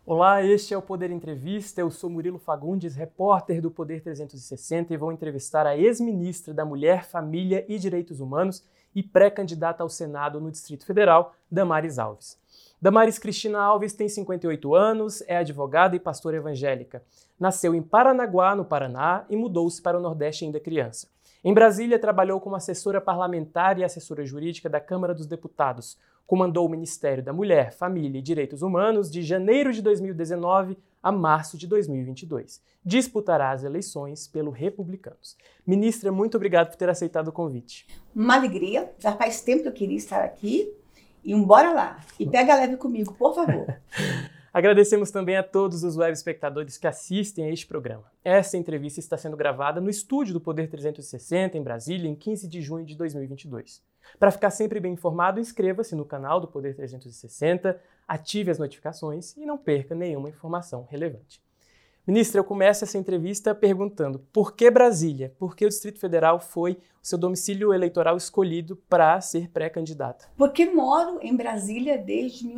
Olá, este é o Poder Entrevista. Eu sou Murilo Fagundes, repórter do Poder 360 e vou entrevistar a ex-ministra da Mulher, Família e Direitos Humanos e pré-candidata ao Senado no Distrito Federal, Damares Alves. Damares Cristina Alves tem 58 anos, é advogada e pastora evangélica. Nasceu em Paranaguá, no Paraná, e mudou-se para o Nordeste ainda criança. Em Brasília, trabalhou como assessora parlamentar e assessora jurídica da Câmara dos Deputados. Comandou o Ministério da Mulher, Família e Direitos Humanos de janeiro de 2019 a março de 2022. Disputará as eleições pelo Republicanos. Ministra, muito obrigado por ter aceitado o convite. Uma alegria, já faz tempo que eu queria estar aqui. E bora lá. E pega leve comigo, por favor. Agradecemos também a todos os web espectadores que assistem a este programa. Essa entrevista está sendo gravada no estúdio do Poder 360, em Brasília, em 15 de junho de 2022. Para ficar sempre bem informado, inscreva-se no canal do Poder 360, ative as notificações e não perca nenhuma informação relevante. Ministra, eu começo essa entrevista perguntando por que Brasília? Por que o Distrito Federal foi o seu domicílio eleitoral escolhido para ser pré-candidata? Porque moro em Brasília desde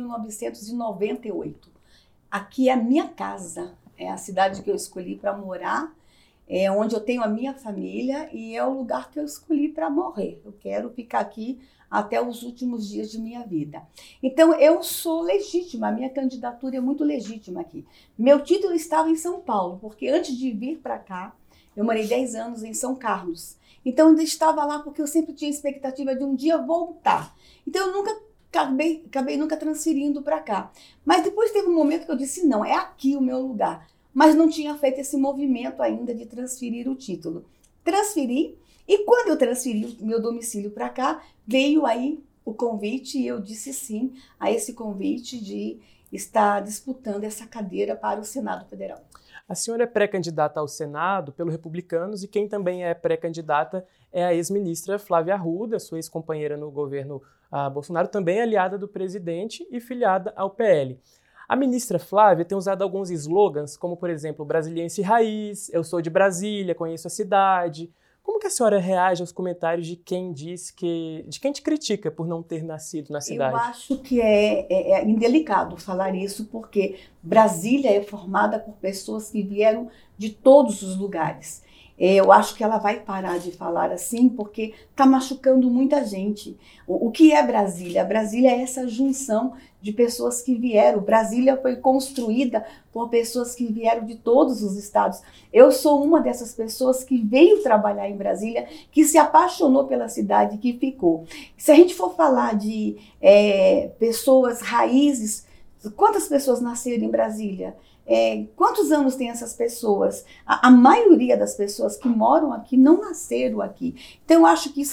1998. Aqui é a minha casa, é a cidade que eu escolhi para morar, é onde eu tenho a minha família e é o lugar que eu escolhi para morrer. Eu quero ficar aqui até os últimos dias de minha vida. Então, eu sou legítima, a minha candidatura é muito legítima aqui. Meu título estava em São Paulo, porque antes de vir para cá, eu morei 10 anos em São Carlos. Então, eu ainda estava lá porque eu sempre tinha expectativa de um dia voltar. Então, eu nunca acabei nunca transferindo para cá. Mas depois teve um momento que eu disse, não, é aqui o meu lugar. Mas não tinha feito esse movimento ainda de transferir o título. Transferi, e quando eu transferi o meu domicílio para cá, veio aí o convite e eu disse sim a esse convite de estar disputando essa cadeira para o Senado Federal. A senhora é pré-candidata ao Senado pelo Republicanos e quem também é pré-candidata é a ex-ministra Flávia Arruda, sua ex-companheira no governo Bolsonaro, também aliada do presidente e filiada ao PL. A ministra Flávia tem usado alguns slogans, como, por exemplo, Brasiliense Raiz, eu sou de Brasília, conheço a cidade. Como que a senhora reage aos comentários de quem diz de quem te critica por não ter nascido na cidade? Eu acho que é indelicado falar isso, porque Brasília é formada por pessoas que vieram de todos os lugares. Eu acho que ela vai parar de falar assim, porque está machucando muita gente. O que é Brasília? Brasília é essa junção de pessoas que vieram. Brasília foi construída por pessoas que vieram de todos os estados. Eu sou uma dessas pessoas que veio trabalhar em Brasília, que se apaixonou pela cidade, que ficou. Se a gente for falar de pessoas raízes, quantas pessoas nasceram em Brasília? Quantos anos tem essas pessoas? A maioria das pessoas que moram aqui não nasceram aqui. Então, eu acho que isso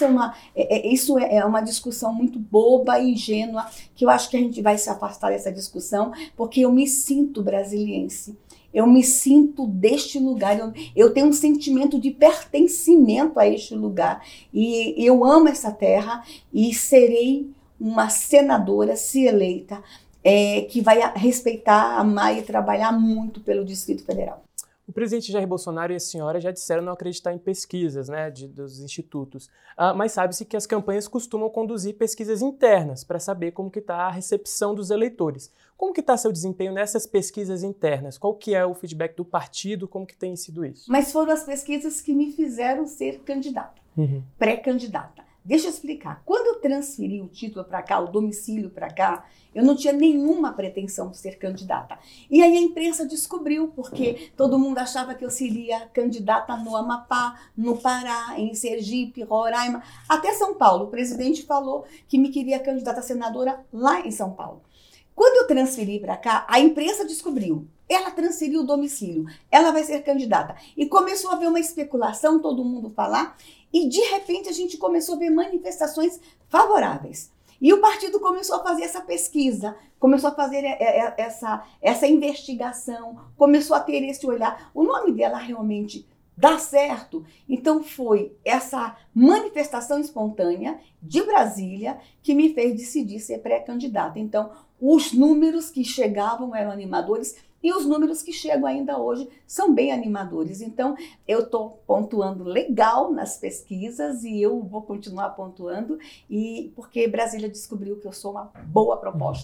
é uma discussão muito boba e ingênua, que eu acho que a gente vai se afastar dessa discussão, porque eu me sinto brasiliense. Eu me sinto deste lugar, eu tenho um sentimento de pertencimento a este lugar. E eu amo essa terra e serei uma senadora, se eleita, que vai respeitar, amar e trabalhar muito pelo Distrito Federal. O presidente Jair Bolsonaro e a senhora já disseram não acreditar em pesquisas, né, dos institutos, mas sabe-se que as campanhas costumam conduzir pesquisas internas para saber como que está a recepção dos eleitores. Como que está seu desempenho nessas pesquisas internas? Qual que é o feedback do partido? Como que tem sido isso? Mas foram as pesquisas que me fizeram ser candidata, pré-candidata. Deixa eu explicar. Quando eu transferi o título para cá, o domicílio para cá, eu não tinha nenhuma pretensão de ser candidata. E aí a imprensa descobriu, porque todo mundo achava que eu seria candidata no Amapá, no Pará, em Sergipe, Roraima, até São Paulo. O presidente falou que me queria candidata a senadora lá em São Paulo. Quando eu transferi para cá, a imprensa descobriu. Ela transferiu o domicílio, ela vai ser candidata. E começou a haver uma especulação, todo mundo falar, e de repente a gente começou a ver manifestações favoráveis. E o partido começou a fazer essa pesquisa, começou a fazer essa investigação, começou a ter esse olhar. O nome dela realmente dá certo. Então foi essa manifestação espontânea de Brasília que me fez decidir ser pré-candidata. Então, os números que chegavam eram animadores e os números que chegam ainda hoje são bem animadores. Então, eu estou pontuando legal nas pesquisas e eu vou continuar pontuando, porque Brasília descobriu que eu sou uma boa proposta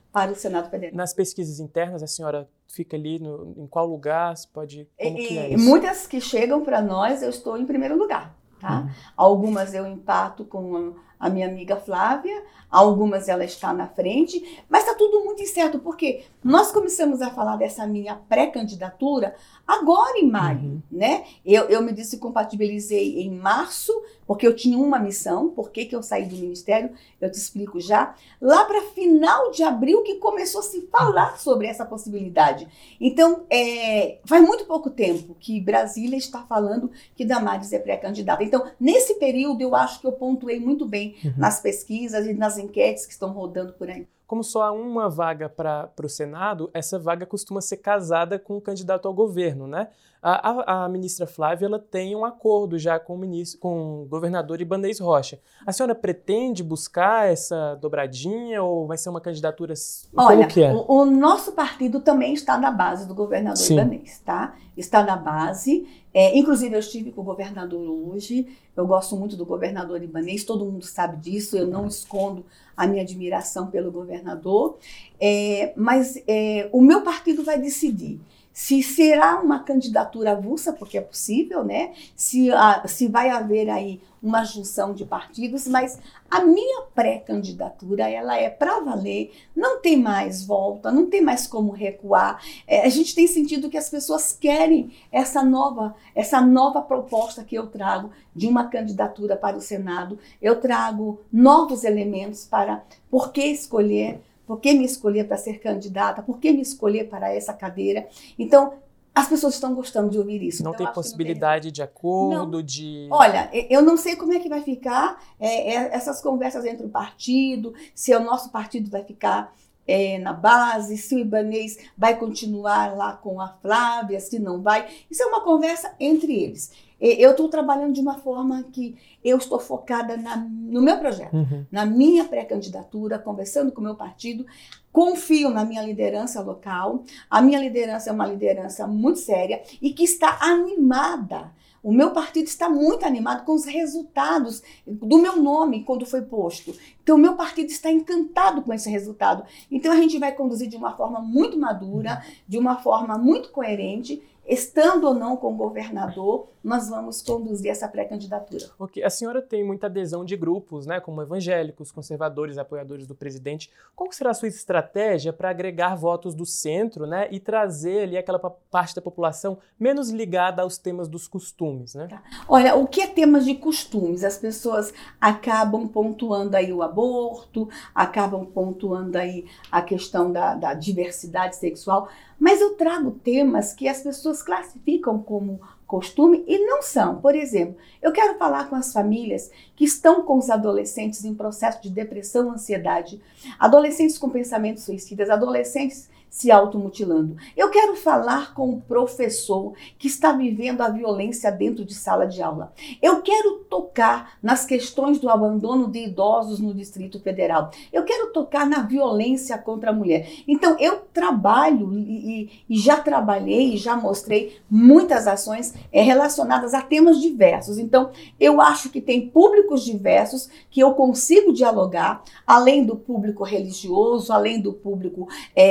para o Senado Federal. Nas pesquisas internas, a senhora fica ali em qual lugar? Você pode, como que é isso? Muitas que chegam para nós, eu estou em primeiro lugar. Tá? Algumas eu empato com a minha amiga Flávia, algumas ela está na frente, mas está tudo muito incerto, porque nós começamos a falar dessa minha pré-candidatura agora em maio, né? Eu me descompatibilizei em março, porque eu tinha uma missão. Por que eu saí do ministério? Eu te explico já. Lá para final de abril que começou a se falar sobre essa possibilidade. Então, faz muito pouco tempo que Brasília está falando que Damares é pré-candidata. Então, nesse período, eu acho que eu pontuei muito bem nas pesquisas e nas enquetes que estão rodando por aí. Como só há uma vaga para o Senado, essa vaga costuma ser casada com o candidato ao governo, né? A ministra Flávia, ela tem um acordo já com o governador Ibanez Rocha. A senhora pretende buscar essa dobradinha ou vai ser uma candidatura? Olha, como que é? O nosso partido também está na base do governador Ibanez, tá? Está na base. Inclusive, eu estive com o governador hoje. Eu gosto muito do governador Ibanez, todo mundo sabe disso. Eu não escondo a minha admiração pelo governador. Mas o meu partido vai decidir se será uma candidatura avulsa, porque é possível, né? Se vai haver aí uma junção de partidos, mas a minha pré-candidatura, ela é para valer, não tem mais volta, não tem mais como recuar. A gente tem sentido que as pessoas querem essa nova proposta que eu trago de uma candidatura para o Senado. Eu trago novos elementos para por que escolher. Por que me escolher para ser candidata? Por que me escolher para essa cadeira? Então, as pessoas estão gostando de ouvir isso. Não então, tem possibilidade de acordo, não. de... Olha, eu não sei como é que vai ficar essas conversas entre o partido, se o nosso partido vai ficar na base, se o Ibanez vai continuar lá com a Flávia, se não vai. Isso é uma conversa entre eles. Eu estou trabalhando de uma forma que eu estou focada no meu projeto, na minha pré-candidatura, conversando com o meu partido, confio na minha liderança local. A minha liderança é uma liderança muito séria e que está animada. O meu partido está muito animado com os resultados do meu nome quando foi posto. Então, o meu partido está encantado com esse resultado. Então, a gente vai conduzir de uma forma muito madura, de uma forma muito coerente. Estando ou não com o governador, nós vamos conduzir essa pré-candidatura. Okay. A senhora tem muita adesão de grupos, né, como evangélicos, conservadores, apoiadores do presidente. Qual será a sua estratégia para agregar votos do centro, né, e trazer ali aquela parte da população menos ligada aos temas dos costumes? Né? Tá. Olha, o que é temas de costumes? As pessoas acabam pontuando aí o aborto, acabam pontuando aí a questão da diversidade sexual, mas eu trago temas que as pessoas classificam como costume e não são. Por exemplo, eu quero falar com as famílias que estão com os adolescentes em processo de depressão, ansiedade, adolescentes com pensamentos suicidas, adolescentes se automutilando. Eu quero falar com o professor que está vivendo a violência dentro de sala de aula. Eu quero tocar nas questões do abandono de idosos no Distrito Federal. Eu quero tocar na violência contra a mulher. Então, eu trabalho e já trabalhei e já mostrei muitas ações relacionadas a temas diversos. Então, eu acho que tem públicos diversos que eu consigo dialogar, além do público religioso, além do público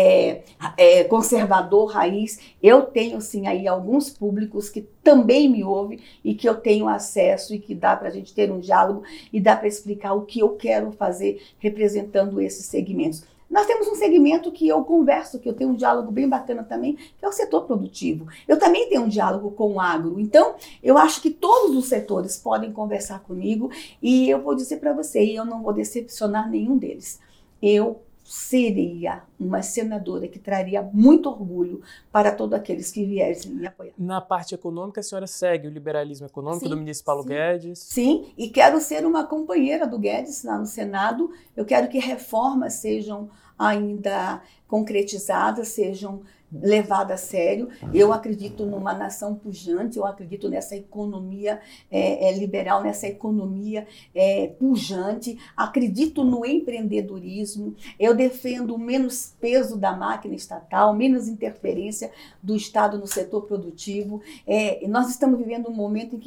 conservador, raiz. Eu tenho, sim, aí alguns públicos que também me ouvem e que eu tenho acesso e que dá para a gente ter um diálogo e dá para explicar o que eu quero fazer representando esses segmentos. Nós temos um segmento que eu converso, que eu tenho um diálogo bem bacana também, que é o setor produtivo. Eu também tenho um diálogo com o agro. Então, eu acho que todos os setores podem conversar comigo e eu vou dizer para você, e eu não vou decepcionar nenhum deles. Eu seria uma senadora que traria muito orgulho para todos aqueles que viessem me apoiar. Na parte econômica, a senhora segue o liberalismo econômico do ministro Paulo Guedes? Sim, e quero ser uma companheira do Guedes lá no Senado. Eu quero que reformas sejam ainda concretizadas, sejam levadas a sério. Eu acredito numa nação pujante, eu acredito nessa economia liberal, nessa economia pujante, acredito no empreendedorismo, eu defendo menos peso da máquina estatal, menos interferência do Estado no setor produtivo. Nós estamos vivendo um momento em que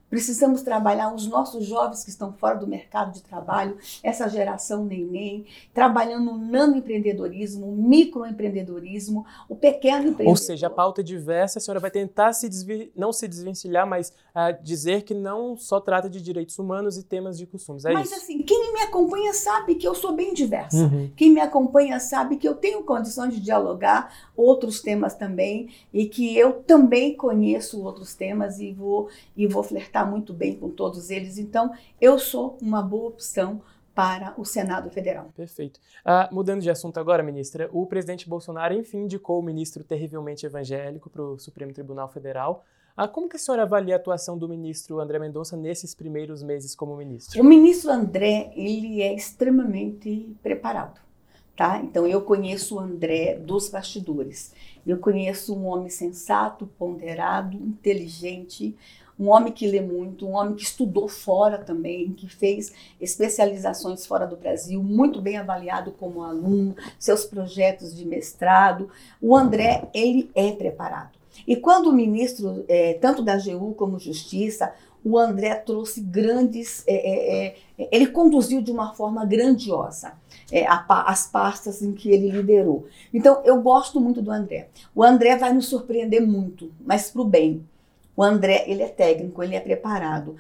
Precisamos trabalhar os nossos jovens que estão fora do mercado de trabalho, essa geração neném, trabalhando o nanoempreendedorismo, o microempreendedorismo, o pequeno empreendedor. Ou seja, a pauta é diversa, a senhora vai tentar não se desvencilhar, mas dizer que não só trata de direitos humanos e temas de costumes, é mas, isso? Mas assim, quem me acompanha sabe que eu sou bem diversa. Uhum. Quem me acompanha sabe que eu tenho condições de dialogar outros temas também e que eu também conheço outros temas e vou flertar muito bem com todos eles. Então, eu sou uma boa opção para o Senado Federal. Perfeito. Mudando de assunto agora, ministra, o presidente Bolsonaro, enfim, indicou o ministro terrivelmente evangélico para o Supremo Tribunal Federal. Como que a senhora avalia a atuação do ministro André Mendonça nesses primeiros meses como ministro? O ministro André, ele é extremamente preparado, tá? Então, eu conheço o André dos bastidores. Eu conheço um homem sensato, ponderado, inteligente, um homem que lê muito, um homem que estudou fora também, que fez especializações fora do Brasil, muito bem avaliado como aluno, seus projetos de mestrado. O André, ele é preparado. E quando o ministro, tanto da AGU como Justiça, o André trouxe grandes... ele conduziu de uma forma grandiosa as pastas em que ele liderou. Então, eu gosto muito do André. O André vai nos surpreender muito, mas para o bem. O André, ele é técnico, ele é preparado.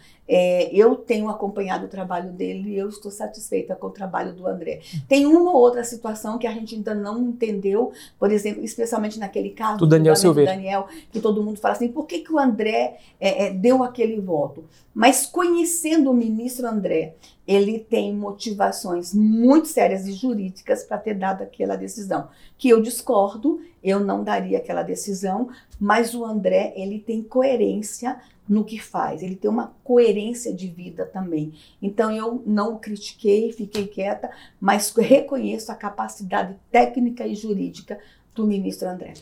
Eu tenho acompanhado o trabalho dele e eu estou satisfeita com o trabalho do André. Tem uma ou outra situação que a gente ainda não entendeu, por exemplo, especialmente naquele caso do Daniel Silveira, que todo mundo fala assim, por que o André deu aquele voto? Mas conhecendo o ministro André, ele tem motivações muito sérias e jurídicas para ter dado aquela decisão, que eu discordo, eu não daria aquela decisão, mas o André, ele tem coerência no que faz, ele tem uma coerência de vida também. Então eu não o critiquei, fiquei quieta, mas reconheço a capacidade técnica e jurídica do ministro André.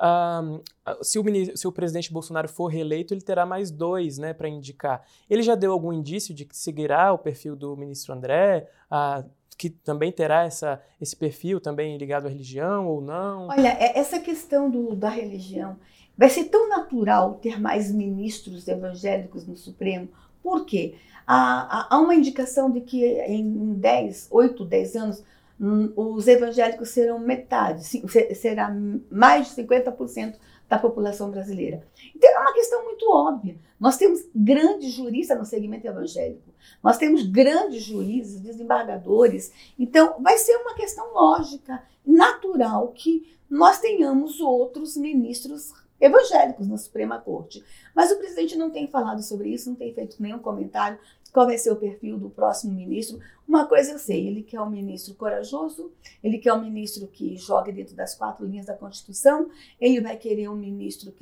Se o presidente Bolsonaro for reeleito, ele terá mais 2, né, para indicar. Ele já deu algum indício de que seguirá o perfil do ministro André, que também terá esse perfil também ligado à religião ou não? Olha, essa questão da religião vai ser tão natural ter mais ministros evangélicos no Supremo. Por quê? Há uma indicação de que em 8, 10 anos, os evangélicos serão metade, será mais de 50% da população brasileira. Então é uma questão muito óbvia. Nós temos grandes juristas no segmento evangélico, nós temos grandes juízes, desembargadores, então vai ser uma questão lógica, natural, que nós tenhamos outros ministros evangélicos na Suprema Corte. Mas o presidente não tem falado sobre isso, não tem feito nenhum comentário qual vai ser o perfil do próximo ministro. Uma coisa eu sei, ele quer um ministro corajoso, ele quer um ministro que jogue dentro das 4 linhas da Constituição, ele vai querer um ministro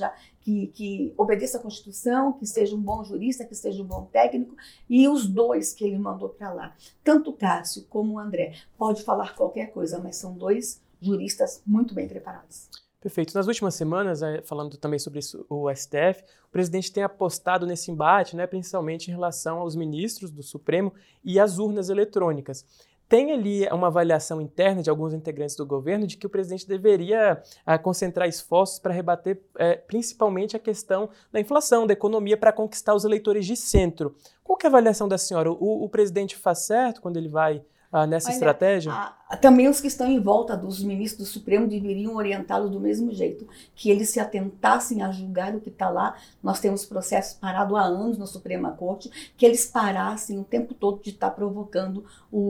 que obedeça à Constituição, que seja um bom jurista, que seja um bom técnico, e os 2 que ele mandou para lá, tanto o Cássio como o André, pode falar qualquer coisa, mas são 2 juristas muito bem preparados. Perfeito. Nas últimas semanas, falando também sobre isso, o STF, o presidente tem apostado nesse embate, né, principalmente em relação aos ministros do Supremo e às urnas eletrônicas. Tem ali uma avaliação interna de alguns integrantes do governo de que o presidente deveria concentrar esforços para rebater principalmente a questão da inflação, da economia, para conquistar os eleitores de centro. Qual que é a avaliação da senhora? O presidente faz certo quando ele vai nessa estratégia? Também os que estão em volta dos ministros do Supremo deveriam orientá-los do mesmo jeito, que eles se atentassem a julgar o que está lá. Nós temos processos parados há anos na Suprema Corte, que eles parassem o tempo todo de estar provocando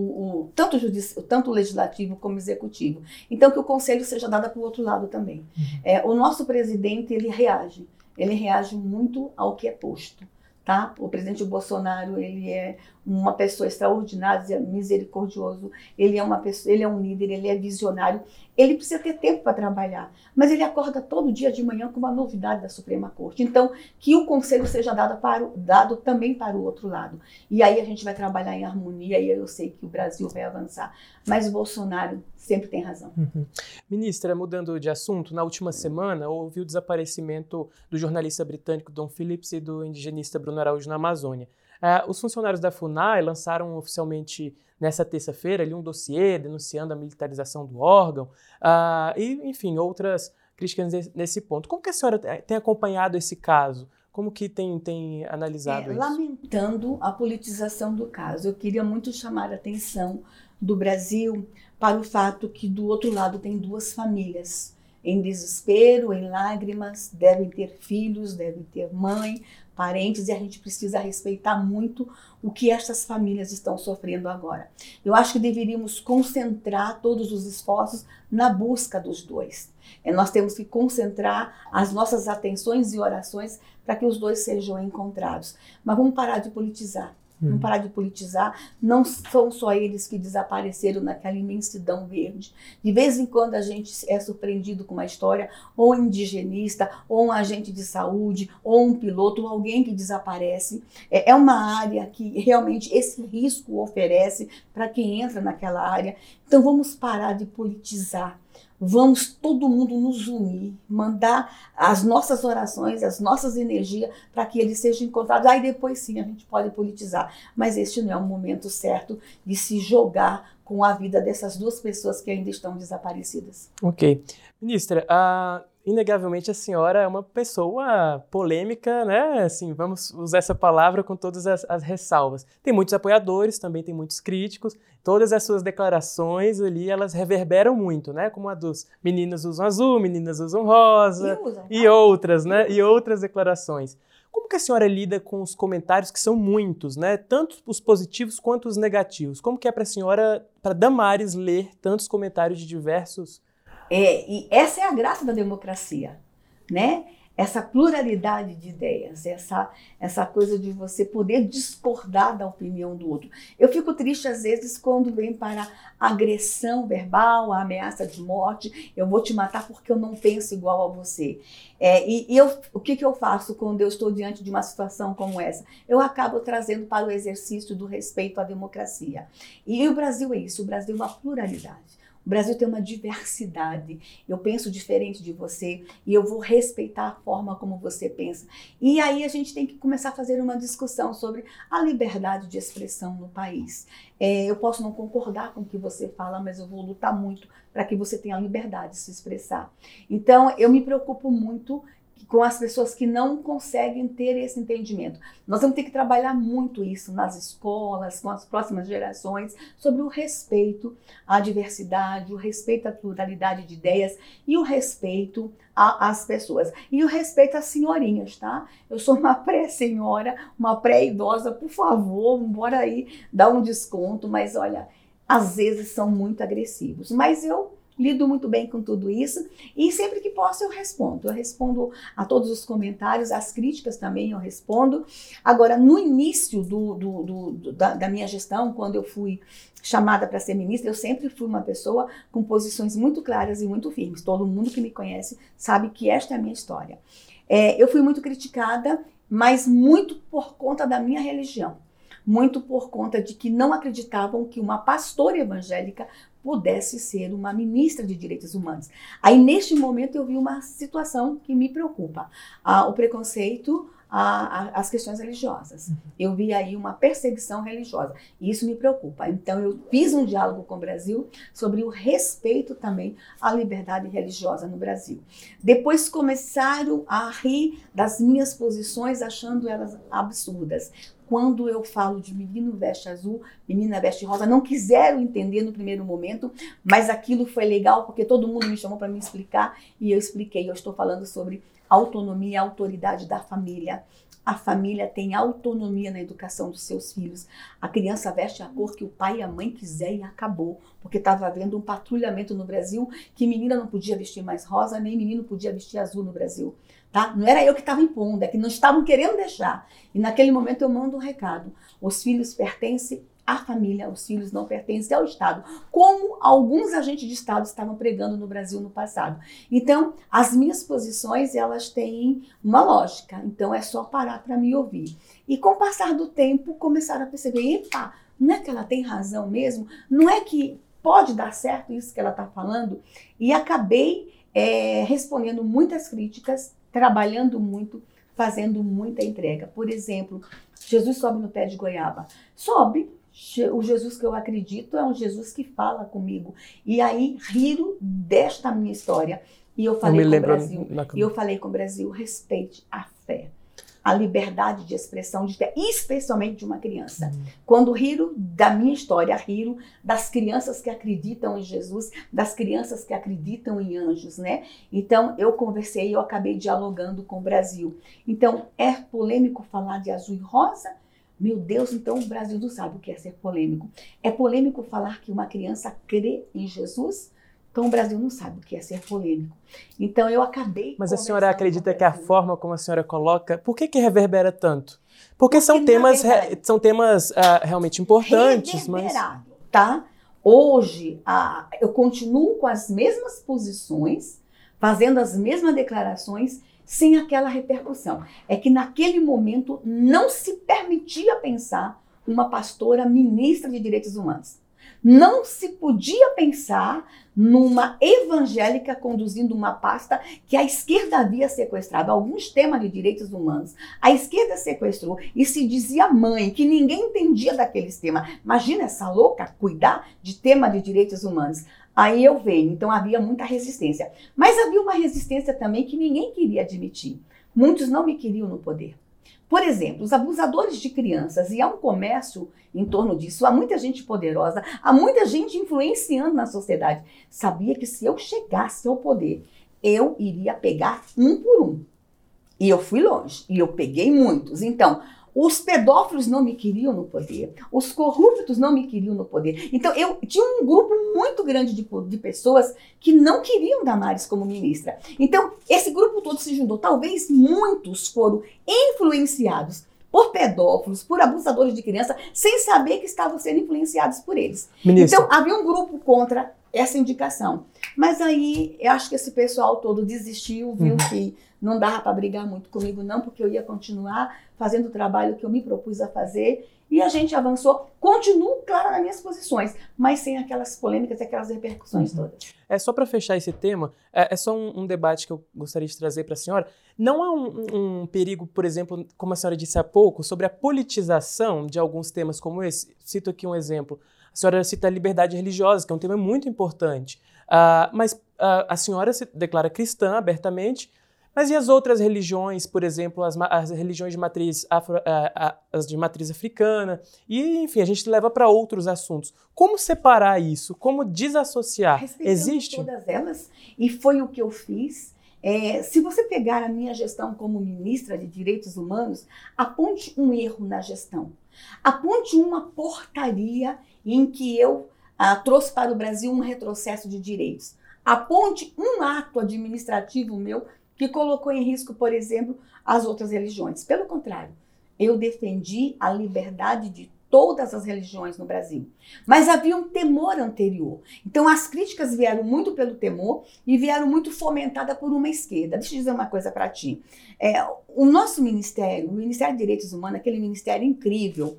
tanto o legislativo como o executivo. Então que o conselho seja dado para o outro lado também. O nosso presidente, ele reage muito ao que é posto. Tá? O presidente Bolsonaro, ele é uma pessoa extraordinária, misericordioso, ele é um líder, ele é visionário, ele precisa ter tempo para trabalhar, mas ele acorda todo dia de manhã com uma novidade da Suprema Corte. Então, que o conselho seja dado também para o outro lado. E aí a gente vai trabalhar em harmonia e eu sei que o Brasil vai avançar. Mas o Bolsonaro sempre tem razão. Ministra, mudando de assunto, na última semana houve o desaparecimento do jornalista britânico Dom Phillips e do indigenista Bruno Araújo na Amazônia. Os funcionários da FUNAI lançaram oficialmente nessa terça-feira um dossiê denunciando a militarização do órgão e, enfim, outras críticas nesse ponto. Como que a senhora tem acompanhado esse caso? Como que tem analisado isso? Lamentando a politização do caso. Eu queria muito chamar a atenção do Brasil para o fato que do outro lado tem duas famílias em desespero, em lágrimas, devem ter filhos, devem ter mãe, parentes, e a gente precisa respeitar muito o que estas famílias estão sofrendo agora. Eu acho que deveríamos concentrar todos os esforços na busca dos dois. Nós temos que concentrar as nossas atenções e orações para que os dois sejam encontrados. Mas vamos parar de politizar. Vamos parar de politizar. Não são só eles que desapareceram naquela imensidão verde. De vez em quando a gente é surpreendido com uma história, ou um indigenista, ou um agente de saúde, ou um piloto, ou alguém que desaparece. É uma área que realmente esse risco oferece para quem entra naquela área. Então vamos parar de politizar. Vamos todo mundo nos unir, mandar as nossas orações, as nossas energias para que eles sejam encontrados. Aí depois sim a gente pode politizar, mas este não é o momento certo de se jogar com a vida dessas duas pessoas que ainda estão desaparecidas. Ok. Ministra, inegavelmente a senhora é uma pessoa polêmica, né? Assim, vamos usar essa palavra com todas as ressalvas. Tem muitos apoiadores, também tem muitos críticos. Todas as suas declarações ali, elas reverberam muito, né? Como a dos meninas usam azul, meninas usam rosa e outras, né? E outras declarações. Como que a senhora lida com os comentários, que são muitos, né? Tanto os positivos quanto os negativos? Como que é para a senhora, para Damares, ler tantos comentários de diversos... E essa é a graça da democracia, né? Essa pluralidade de ideias, essa coisa de você poder discordar da opinião do outro. Eu fico triste às vezes quando vem para a agressão verbal, a ameaça de morte, eu vou te matar porque eu não penso igual a você. O que eu faço quando eu estou diante de uma situação como essa? Eu acabo trazendo para o exercício do respeito à democracia. E o Brasil é isso, o Brasil é uma pluralidade. O Brasil tem uma diversidade, eu penso diferente de você e eu vou respeitar a forma como você pensa. E aí a gente tem que começar a fazer uma discussão sobre a liberdade de expressão no país. Eu posso não concordar com o que você fala, mas eu vou lutar muito para que você tenha a liberdade de se expressar. Então eu me preocupo muito com as pessoas que não conseguem ter esse entendimento. Nós vamos ter que trabalhar muito isso nas escolas, com as próximas gerações, sobre o respeito à diversidade, o respeito à pluralidade de ideias e o respeito às pessoas. E o respeito às senhorinhas, tá? Eu sou uma pré-senhora, uma pré-idosa, por favor, bora aí dar um desconto, mas olha, às vezes são muito agressivos. Mas eu lido muito bem com tudo isso e sempre que posso eu respondo. Eu respondo a todos os comentários, as críticas também eu respondo. Agora, no início da minha gestão, quando eu fui chamada para ser ministra, eu sempre fui uma pessoa com posições muito claras e muito firmes. Todo mundo que me conhece sabe que esta é a minha história. Eu fui muito criticada, mas muito por conta da minha religião. Muito por conta de que não acreditavam que uma pastora evangélica pudesse ser uma ministra de Direitos Humanos. Aí, neste momento, eu vi uma situação que me preocupa. O preconceito às questões religiosas. Eu vi aí uma perseguição religiosa. E isso me preocupa. Então, eu fiz um diálogo com o Brasil sobre o respeito também à liberdade religiosa no Brasil. Depois começaram a rir das minhas posições, achando elas absurdas. Quando eu falo de menino veste azul, menina veste rosa, não quiseram entender no primeiro momento, mas aquilo foi legal porque todo mundo me chamou para me explicar e eu expliquei. Eu estou falando sobre autonomia e autoridade da família. A família tem autonomia na educação dos seus filhos. A criança veste a cor que o pai e a mãe quiser e acabou. Porque estava havendo um patrulhamento no Brasil que menina não podia vestir mais rosa, nem menino podia vestir azul no Brasil. Tá? Não era eu que estava impondo, é que não estavam querendo deixar. E naquele momento eu mando um recado. Os filhos pertencem à família, os filhos não pertencem ao Estado. Como alguns agentes de Estado estavam pregando no Brasil no passado. Então, as minhas posições, elas têm uma lógica. Então, é só parar para me ouvir. E com o passar do tempo, começaram a perceber, epa, não é que ela tem razão mesmo? Não é que pode dar certo isso que ela está falando? E acabei respondendo muitas críticas, trabalhando muito, fazendo muita entrega. Por exemplo, Jesus sobe no pé de goiaba. Sobe. O Jesus que eu acredito é um Jesus que fala comigo. E aí, riram desta minha história. E eu falei com o Brasil. Eu falei com o Brasil, respeite a fé. a liberdade de expressão de fé, especialmente de uma criança. Quando riro da minha história, riro das crianças que acreditam em Jesus, das crianças que acreditam em anjos, né? Então, eu conversei, eu acabei dialogando com o Brasil. Então, é polêmico falar de azul e rosa? Meu Deus, então o Brasil não sabe o que é ser polêmico. É polêmico falar que uma criança crê em Jesus? Então o Brasil não sabe o que é ser polêmico. Então eu acabei... Mas a senhora acredita que a forma como a senhora coloca... Por que reverbera tanto? Porque são temas realmente importantes, reverberado, tá? Hoje, eu continuo com as mesmas posições, fazendo as mesmas declarações, sem aquela repercussão. É que naquele momento não se permitia pensar uma pastora ministra de direitos humanos. Não se podia pensar numa evangélica conduzindo uma pasta que a esquerda havia sequestrado. Alguns temas de direitos humanos, a esquerda sequestrou e se dizia mãe, que ninguém entendia daqueles temas. Imagina essa louca cuidar de tema de direitos humanos. Aí eu venho, então havia muita resistência. Mas havia uma resistência também que ninguém queria admitir. Muitos não me queriam no poder. Por exemplo, os abusadores de crianças, e há um comércio em torno disso, há muita gente poderosa, há muita gente influenciando na sociedade. Sabia que se eu chegasse ao poder, eu iria pegar um por um. E eu fui longe, e eu peguei muitos. Então, os pedófilos não me queriam no poder, os corruptos não me queriam no poder. Então, eu tinha um grupo muito grande de pessoas que não queriam Damares como ministra. Então, esse grupo todo se juntou. Talvez muitos foram influenciados por pedófilos, por abusadores de criança, sem saber que estavam sendo influenciados por eles. Ministra. Então, havia um grupo contra essa indicação. Mas aí, eu acho que esse pessoal todo desistiu, viu que não dava para brigar muito comigo não, porque eu ia continuar fazendo o trabalho que eu me propus a fazer, e a gente avançou. Continuo, claro, nas minhas posições, mas sem aquelas polêmicas e aquelas repercussões todas. Só para fechar esse tema, é só um debate que eu gostaria de trazer para a senhora. Não há um perigo, por exemplo, como a senhora disse há pouco, sobre a politização de alguns temas como esse? Cito aqui um exemplo. A senhora cita a liberdade religiosa, que é um tema muito importante. Mas a senhora se declara cristã abertamente, mas e as outras religiões, por exemplo, as religiões de matriz, as de matriz africana? E, enfim, a gente leva para outros assuntos. Como separar isso? Como desassociar? Respeitando existe? Todas elas, e foi o que eu fiz. Se você pegar a minha gestão como ministra de Direitos Humanos, aponte um erro na gestão. Aponte uma portaria em que eu trouxe para o Brasil um retrocesso de direitos. Aponte um ato administrativo meu que colocou em risco, por exemplo, as outras religiões. Pelo contrário, eu defendi a liberdade de todas as religiões no Brasil. Mas havia um temor anterior. Então, as críticas vieram muito pelo temor e vieram muito fomentadas por uma esquerda. Deixa eu dizer uma coisa para ti. O nosso ministério, o Ministério de Direitos Humanos, aquele ministério incrível,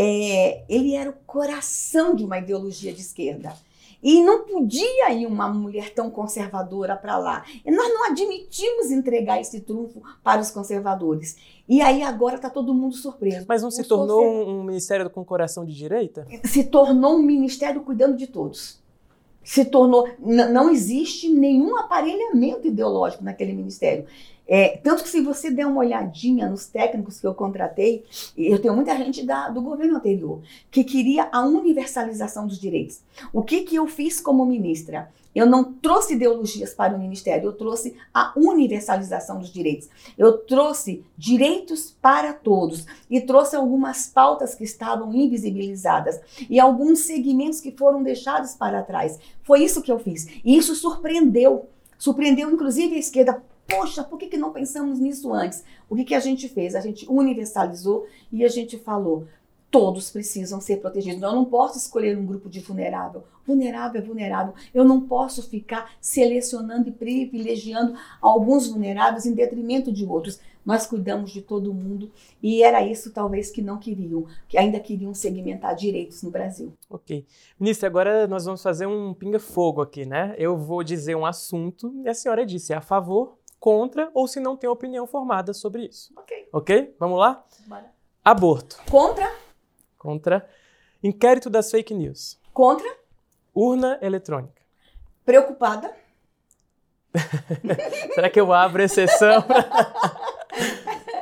ele era o coração de uma ideologia de esquerda. E não podia ir uma mulher tão conservadora para lá. E nós não admitimos entregar esse trunfo para os conservadores. E aí agora está todo mundo surpreso. Mas não se tornou um ministério com coração de direita? Se tornou um ministério cuidando de todos. Se tornou... Não existe nenhum aparelhamento ideológico naquele ministério. Tanto que se você der uma olhadinha nos técnicos que eu contratei, eu tenho muita gente do governo anterior que queria a universalização dos direitos. O que eu fiz como ministra? Eu não trouxe ideologias para o ministério, eu trouxe a universalização dos direitos. Eu trouxe direitos para todos e trouxe algumas pautas que estavam invisibilizadas e alguns segmentos que foram deixados para trás. Foi isso que eu fiz. E isso surpreendeu inclusive a esquerda. Poxa, por que não pensamos nisso antes? O que a gente fez? A gente universalizou e a gente falou, todos precisam ser protegidos. Eu não posso escolher um grupo de vulnerável. Vulnerável é vulnerável. Eu não posso ficar selecionando e privilegiando alguns vulneráveis em detrimento de outros. Nós cuidamos de todo mundo e era isso talvez que não queriam, que ainda queriam segmentar direitos no Brasil. Ok. Ministra, agora nós vamos fazer um pinga-fogo aqui, né? Eu vou dizer um assunto e a senhora disse a favor, contra ou se não tem opinião formada sobre isso. Ok. Ok? Vamos lá? Bora. Aborto. Contra. Contra. Inquérito das fake news. Contra. Urna eletrônica. Preocupada. Será que eu abro exceção?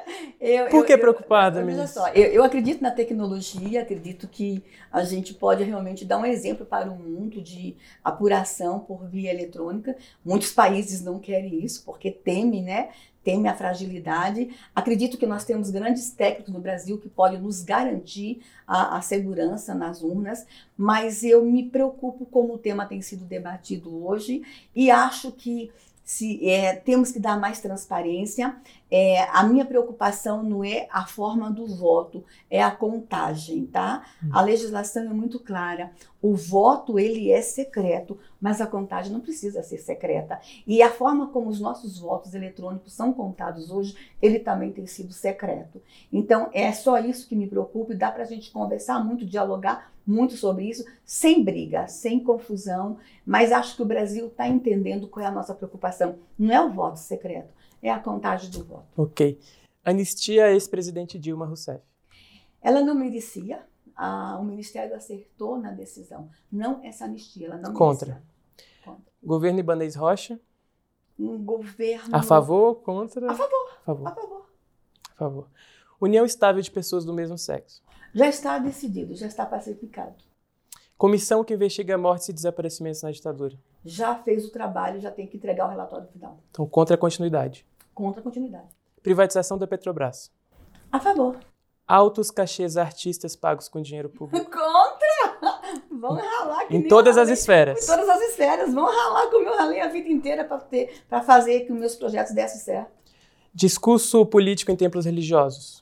Por que preocupada, ministra? ministra? Eu acredito na tecnologia, acredito que a gente pode realmente dar um exemplo para o mundo de apuração por via eletrônica. Muitos países não querem isso porque temem, né? Teme a fragilidade. Acredito que nós temos grandes técnicos no Brasil que podem nos garantir a segurança nas urnas, mas eu me preocupo como o tema tem sido debatido hoje e acho que temos que dar mais transparência. A minha preocupação não é a forma do voto, é a contagem, tá? A legislação é muito clara. O voto, ele é secreto, mas a contagem não precisa ser secreta. E a forma como os nossos votos eletrônicos são contados hoje, ele também tem sido secreto. Então, é só isso que me preocupa e dá para a gente conversar muito, dialogar muito sobre isso, sem briga, sem confusão, mas acho que o Brasil está entendendo qual é a nossa preocupação. Não é o voto secreto, é a contagem do voto. Ok. Anistia a ex-presidente Dilma Rousseff. Ela não merecia. O Ministério acertou na decisão. Não essa anistia, ela não Contra. Contra. Governo Ibanez Rocha. Um governo... A favor? Contra? A favor. A favor. A favor. A favor. União estável de pessoas do mesmo sexo. Já está decidido, já está pacificado. Comissão que investiga mortes e desaparecimentos na ditadura. Já fez o trabalho, já tem que entregar o relatório final. Então, contra a continuidade. Contra a continuidade. Privatização da Petrobras. A favor. Altos cachês a artistas pagos com dinheiro público. Contra! Vamos ralar que Em todas as Em esferas. todas as esferas. Vamos ralar como eu ralei a vida inteira para fazer que os meus projetos dessem certo. Discurso político em templos religiosos.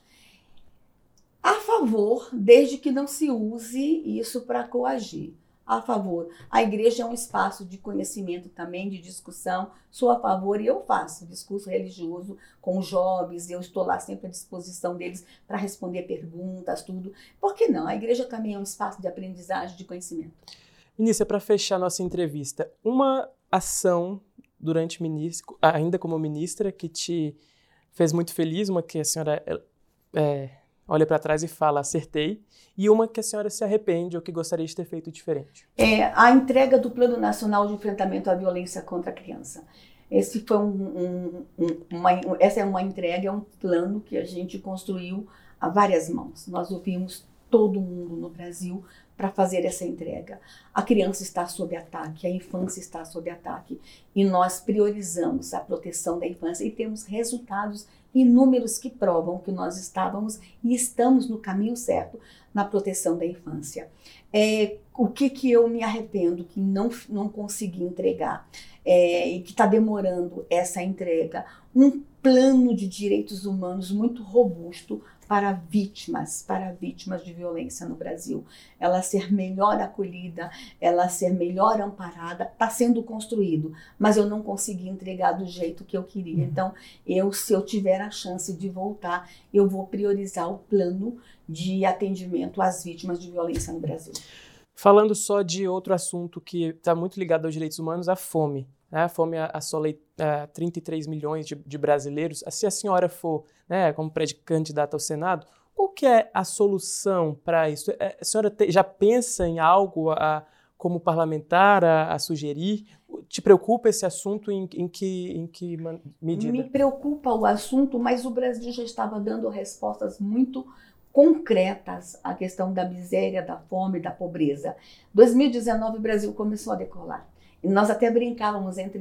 A favor, desde que não se use isso para coagir. A favor. A igreja é um espaço de conhecimento também, de discussão. Sou a favor e eu faço discurso religioso com os jovens. Eu estou lá sempre à disposição deles para responder perguntas, tudo. Por que não? A igreja também é um espaço de aprendizagem, de conhecimento. Ministra, para fechar nossa entrevista, uma ação durante ainda como ministra que te fez muito feliz, uma que a senhora olha para trás e fala, acertei, e uma que a senhora se arrepende ou que gostaria de ter feito diferente? A entrega do Plano Nacional de Enfrentamento à Violência contra a Criança. Essa é uma entrega, é um plano que a gente construiu a várias mãos. Nós ouvimos todo mundo no Brasil para fazer essa entrega. A criança está sob ataque, a infância está sob ataque, e nós priorizamos a proteção da infância e temos resultados inúmeros que provam que nós estávamos e estamos no caminho certo na proteção da infância. O que eu me arrependo que não consegui entregar e que está demorando essa entrega? Um plano de direitos humanos muito robusto para vítimas de violência no Brasil. Ela ser melhor acolhida, ela ser melhor amparada, está sendo construído, mas eu não consegui entregar do jeito que eu queria. Então, se eu tiver a chance de voltar, eu vou priorizar o plano de atendimento às vítimas de violência no Brasil. Falando só de outro assunto que está muito ligado aos direitos humanos, a fome. A fome assola 33 milhões de brasileiros. Se a senhora for, como pré-candidata ao Senado, qual que é a solução para isso? A senhora já pensa em algo como parlamentar a sugerir? Te preocupa esse assunto em que medida? Me preocupa o assunto, mas o Brasil já estava dando respostas muito concretas à questão da miséria, da fome, da pobreza. Em 2019, o Brasil começou a decolar. E nós até brincávamos entre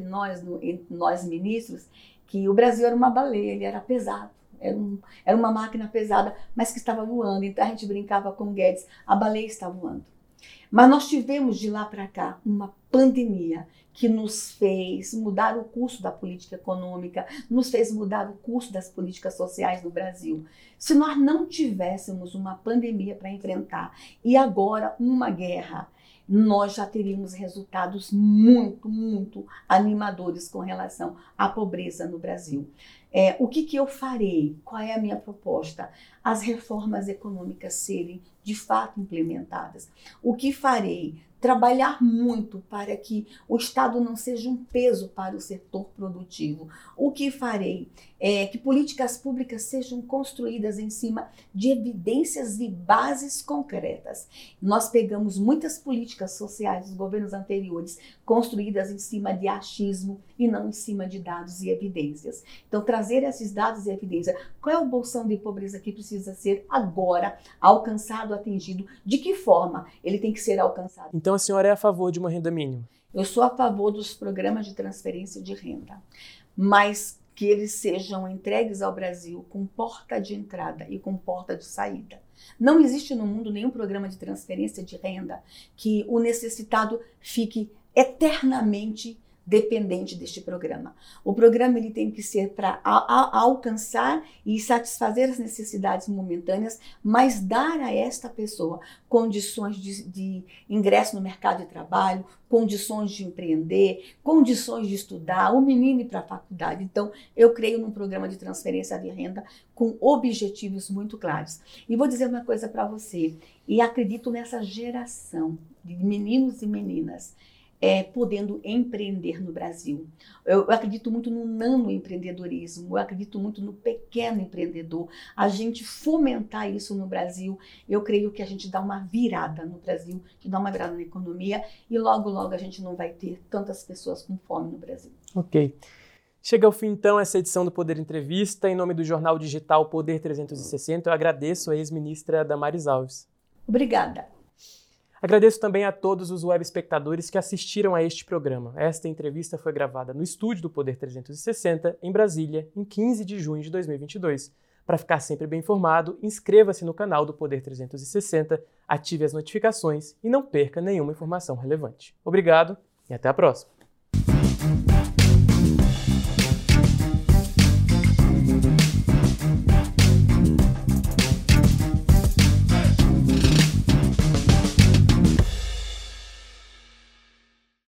nós ministros, que o Brasil era uma baleia, ele era pesado, era uma máquina pesada, mas que estava voando. Então a gente brincava com o Guedes, a baleia está voando. Mas nós tivemos de lá para cá uma pandemia que nos fez mudar o curso da política econômica, nos fez mudar o curso das políticas sociais no Brasil. Se nós não tivéssemos uma pandemia para enfrentar e agora uma guerra, nós já teríamos resultados muito, muito animadores com relação à pobreza no Brasil. O que eu farei? Qual é a minha proposta? As reformas econômicas serem de fato implementadas. O que farei? Trabalhar muito para que o Estado não seja um peso para o setor produtivo. O que farei? Que políticas públicas sejam construídas em cima de evidências e bases concretas. Nós pegamos muitas políticas sociais dos governos anteriores construídas em cima de achismo e não em cima de dados e evidências. Então, trazer esses dados e evidências. Qual é o bolsão de pobreza que precisa ser agora alcançado, atingido? De que forma ele tem que ser alcançado? Então, a senhora é a favor de uma renda mínima? Eu sou a favor dos programas de transferência de renda, mas que eles sejam entregues ao Brasil com porta de entrada e com porta de saída. Não existe no mundo nenhum programa de transferência de renda que o necessitado fique eternamente dependente deste programa. O programa ele tem que ser para alcançar e satisfazer as necessidades momentâneas, mas dar a esta pessoa condições de ingresso no mercado de trabalho, condições de empreender, condições de estudar, o menino ir para a faculdade. Então, eu creio num programa de transferência de renda com objetivos muito claros. E vou dizer uma coisa para você, e acredito nessa geração de meninos e meninas podendo empreender no Brasil. Eu acredito muito no nanoempreendedorismo, eu acredito muito no pequeno empreendedor. A gente fomentar isso no Brasil, eu creio que a gente dá uma virada no Brasil, que dá uma virada na economia e logo, logo a gente não vai ter tantas pessoas com fome no Brasil. Ok. Chega ao fim, então, essa edição do Poder Entrevista. Em nome do jornal digital Poder 360, eu agradeço a ex-ministra Damares Alves. Obrigada. Agradeço também a todos os web espectadores que assistiram a este programa. Esta entrevista foi gravada no estúdio do Poder 360, em Brasília, em 15 de junho de 2022. Para ficar sempre bem informado, inscreva-se no canal do Poder 360, ative as notificações e não perca nenhuma informação relevante. Obrigado e até a próxima!